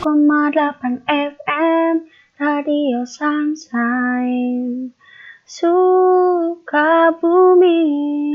107,8 FM Radio Sunshine Sukabumi.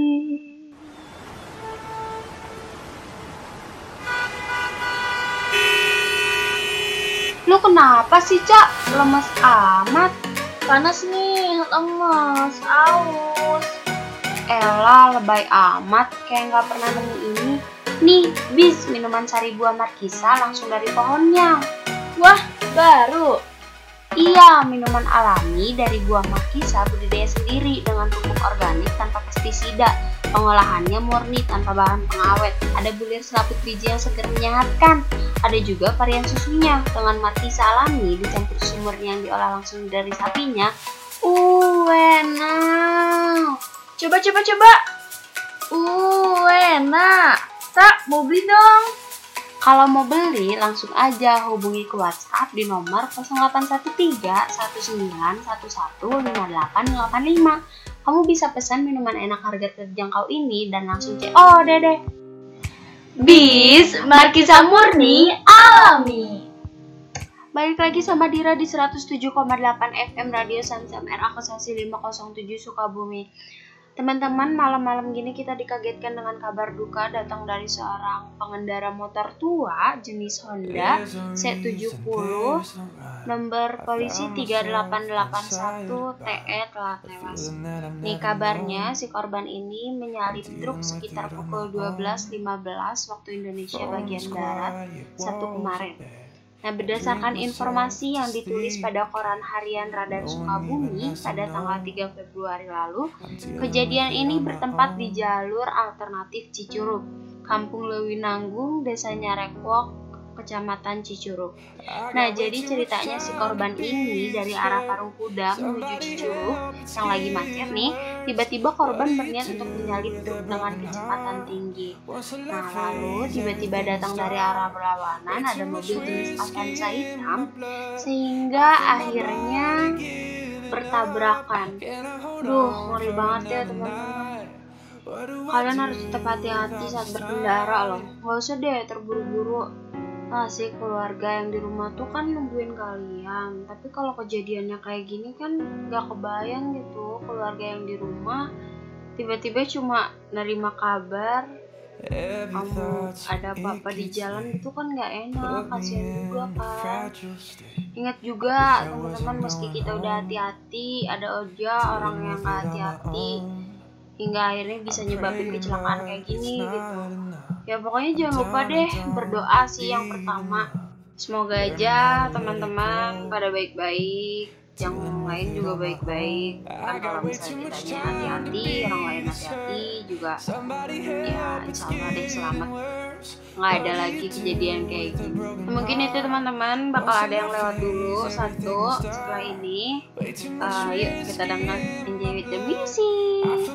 Lu kenapa sih, Cak? Lemes amat. Panas nih, lemes, aus. Elah, lebay amat, kayak gak pernah nemu ini. Nih, bis minuman sari buah markisa langsung dari pohonnya. Wah, baru. Iya, minuman alami dari buah markisa budidaya sendiri dengan pupuk organik tanpa pestisida. Pengolahannya murni tanpa bahan pengawet. Ada bulir selaput biji yang segar menyehatkan. Ada juga varian susunya dengan markisa alami dicampur sumurnya yang diolah langsung dari sapinya. Enak. Coba. Enak. Tak, mau beli dong. Kalau mau beli, langsung aja hubungi ke WhatsApp di nomor 0813 1911 5885. Kamu bisa pesan minuman enak harga terjangkau ini dan langsung COD deh. Bis Markisa murni alami. Balik lagi sama Dira di 107,8 FM Radio Sunshine Akusasi 507 Sukabumi. Teman-teman, malam-malam gini kita dikagetkan dengan kabar duka datang dari seorang pengendara motor tua jenis Honda C70 nomor polisi 3881 TE telah tewas. Nih kabarnya si korban ini menyalip truk sekitar pukul 12.15 waktu Indonesia bagian barat Sabtu kemarin. Nah, berdasarkan informasi yang ditulis pada koran harian Radar Sukabumi pada tanggal 3 Februari lalu, kejadian ini bertempat di jalur alternatif Cicurug, Kampung Lewinanggung, Desa Nyarekwok, Kecamatan Cicurug. Nah, jadi ceritanya si korban ini dari arah Parungkuda menuju Cicurug yang lagi macet nih, tiba-tiba korban berniat untuk menyalip truk dengan kecepatan tinggi. Nah, lalu tiba-tiba datang dari arah berlawanan ada mobil jenis Avanza hitam sehingga akhirnya bertabrakan. Duh, ngeri banget ya teman-teman. Kalian harus tetap hati-hati saat berkendara loh. Gak usah deh terburu-buru. Nah, si keluarga yang di rumah tuh kan nungguin kalian. Tapi kalau kejadiannya kayak gini kan gak kebayang gitu. Keluarga yang di rumah tiba-tiba cuma nerima kabar kamu ada apa-apa di jalan gitu kan gak enak. Kasian juga kan. Ingat juga teman-teman, meski kita udah hati-hati, ada aja orang yang gak hati-hati hingga akhirnya bisa nyebabin kecelakaan kayak gini gitu. Ya pokoknya jangan lupa deh berdoa sih yang pertama. Semoga aja teman-teman pada baik-baik, yang lain juga baik-baik. Kan kalau misalnya kitanya hati-hati, orang lain hati-hati juga, ya insya Allah deh selamat. Nggak ada lagi kejadian kayak gini. Mungkin itu teman-teman bakal ada yang lewat dulu satu. Setelah ini yuk kita dengar Enjoy with the Music.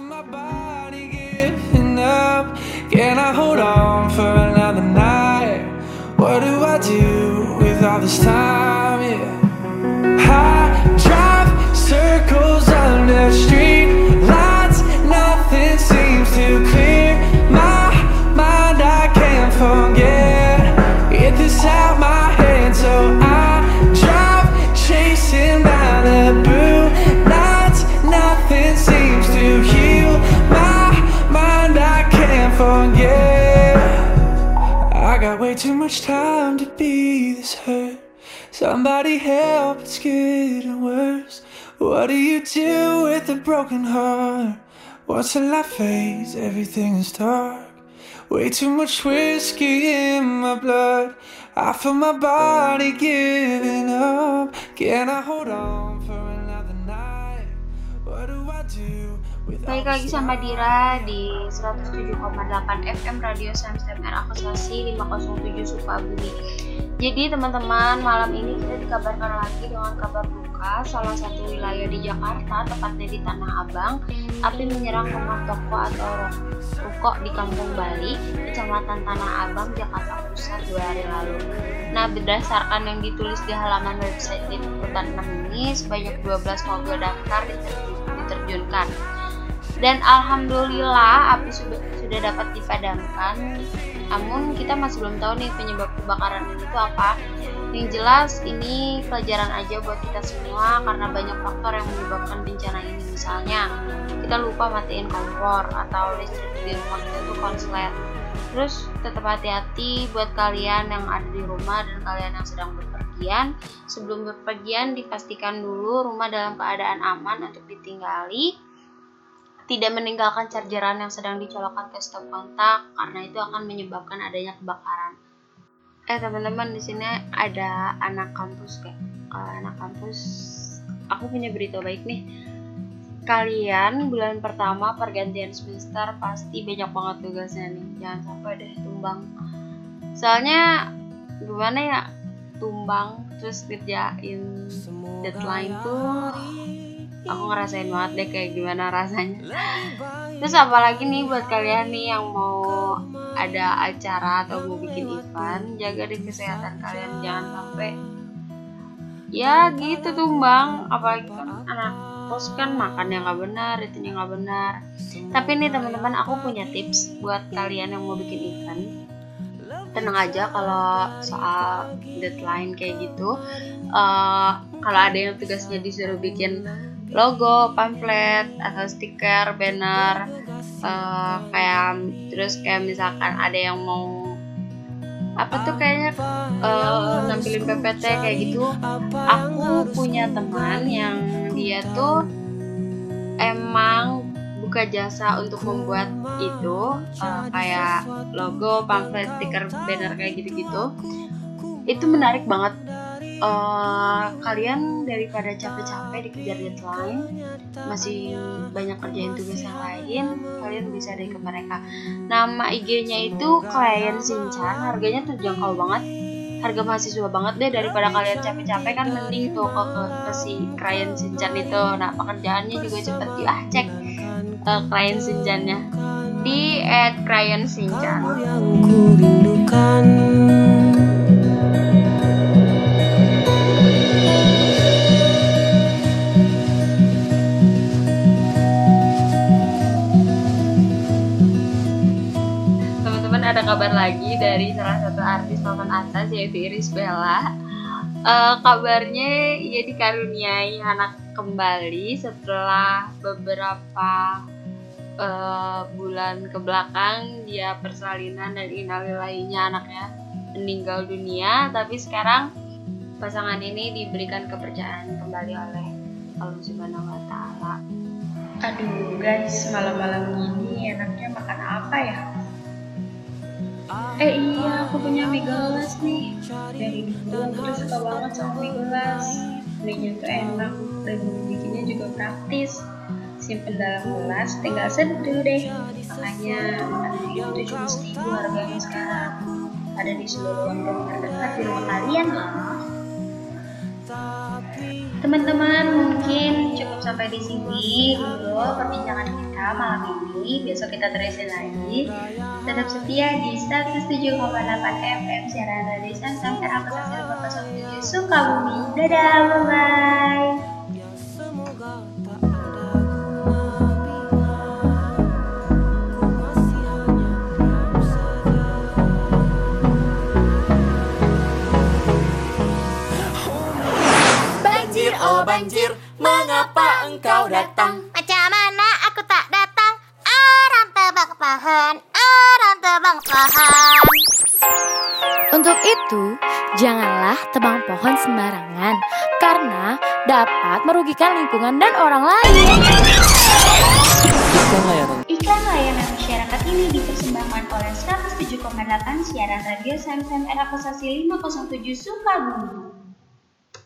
Up. Can I hold on for another night? What do I do with all this time? Yeah. I drive circles under street lights. Nothing seems to clear my mind. I can't forget. Get this out my head, so I drive chasing Malibu nights. Nothing seems to heal my mind. I can't forget. I got way too much time to be this hurt. Somebody help, it's getting worse. What do you do with a broken heart? Once the light fades, everything is dark. Way too much whiskey in my blood. I feel my body giving up. Can I hold on for another night? What do I do? Balik lagi sama Dira di 107,8 FM Radio Sunshine Akusasi 507 Sukabumi. Jadi teman-teman, malam ini kita dikabarkan lagi dengan kabar duka. Salah satu wilayah di Jakarta, tepatnya di Tanah Abang, api menyerang rumah toko atau ruko di Kampung Bali, Kecamatan Tanah Abang, Jakarta Pusat 2 hari lalu. Nah, berdasarkan yang ditulis di halaman website Liputan 6 ini, sebanyak 12 mobil damkar diterjunkan. Dan alhamdulillah api sudah dapat dipadamkan. Namun kita masih belum tahu nih penyebab kebakaran itu apa. Yang jelas ini pelajaran aja buat kita semua karena banyak faktor yang menyebabkan bencana ini. Misalnya kita lupa matiin kompor atau listrik di rumah kita tuh konslet. Terus tetap hati-hati buat kalian yang ada di rumah dan kalian yang sedang berpergian. Sebelum berpergian dipastikan dulu rumah dalam keadaan aman untuk ditinggali. Tidak meninggalkan chargeran yang sedang dicolokkan ke stop kontak karena itu akan menyebabkan adanya kebakaran. Teman-teman, di sini ada anak kampus kayak anak kampus. Aku punya berita baik nih. Kalian bulan pertama pergantian semester pasti banyak banget tugasnya nih. Jangan sampai deh tumbang. Soalnya gimana ya, tumbang terus ngerjain deadline tuh aku ngerasain banget deh kayak gimana rasanya. Terus apalagi nih buat kalian nih yang mau ada acara atau mau bikin event, jaga deh kesehatan kalian, jangan sampai ya gitu tumbang. Apalagi kan anak kos kan makan yang nggak benar, itu yang nggak benar. Tapi nih teman-teman, aku punya tips buat kalian yang mau bikin event. Tenang aja kalau soal deadline kayak gitu. Kalau ada yang tugasnya disuruh bikin logo, pamflet, atau stiker, banner, terus kayak misalkan ada yang mau apa tuh kayaknya nampilin PPT kayak gitu. Aku punya teman yang dia tuh emang buka jasa untuk membuat itu kayak logo, pamflet, stiker, banner kayak gitu-gitu. Itu menarik banget. Kalian daripada capek-capek dikejar deadline, masih banyak kerjain tugas yang lain, kalian bisa deh ke mereka. Nama IG-nya itu Klien Shinchan, harganya terjangkau banget, harga mahasiswa banget deh. Daripada kalian capek-capek kan mending tuh ke si Klien Shinchan itu. Nah, pekerjaannya juga cepet. Cek Klien Shinchannya di @klienshinchan. Ada kabar lagi dari salah satu artis papan atas yaitu Irish Bella. Kabarnya ia dikaruniai anak kembali setelah beberapa bulan kebelakang dia persalinan dan innalillahnya anaknya meninggal dunia. Tapi sekarang pasangan ini diberikan kepercayaan kembali oleh Allah Subhanahu wa Ta'ala. Aduh guys, malam-malam gini enaknya makan apa ya? Iya, aku punya mie gelas nih. Dari dulu aku tuh suka banget sama mie gelas. Mie-nya tuh enak dan bikinnya juga praktis. Simpen dalam gelas, tinggal seduh deh. Makanya makan mie itu cuma 1.000 harganya sekarang. Ada di seluruh warung terdekat di rumah kalian loh. Teman-teman, mungkin cukup sampai di sini dulu perbincangan kita malam ini. Besok kita terusin lagi. Tetap setia di 107,8 FM siaran Radio Samsam RAKSA 507 Sukabumi. Dadah, bye-bye. Banjir, oh banjir, mengapa engkau datang? Macam mana aku tak datang? Orang tebang pohon, orang tebang pohon. Untuk itu, janganlah tebang pohon sembarangan karena dapat merugikan lingkungan dan orang lain. Iklan layanan masyarakat ini dipersembahkan oleh 107,8 siaran Radio Samsam RAKSA 507 Sukabumi.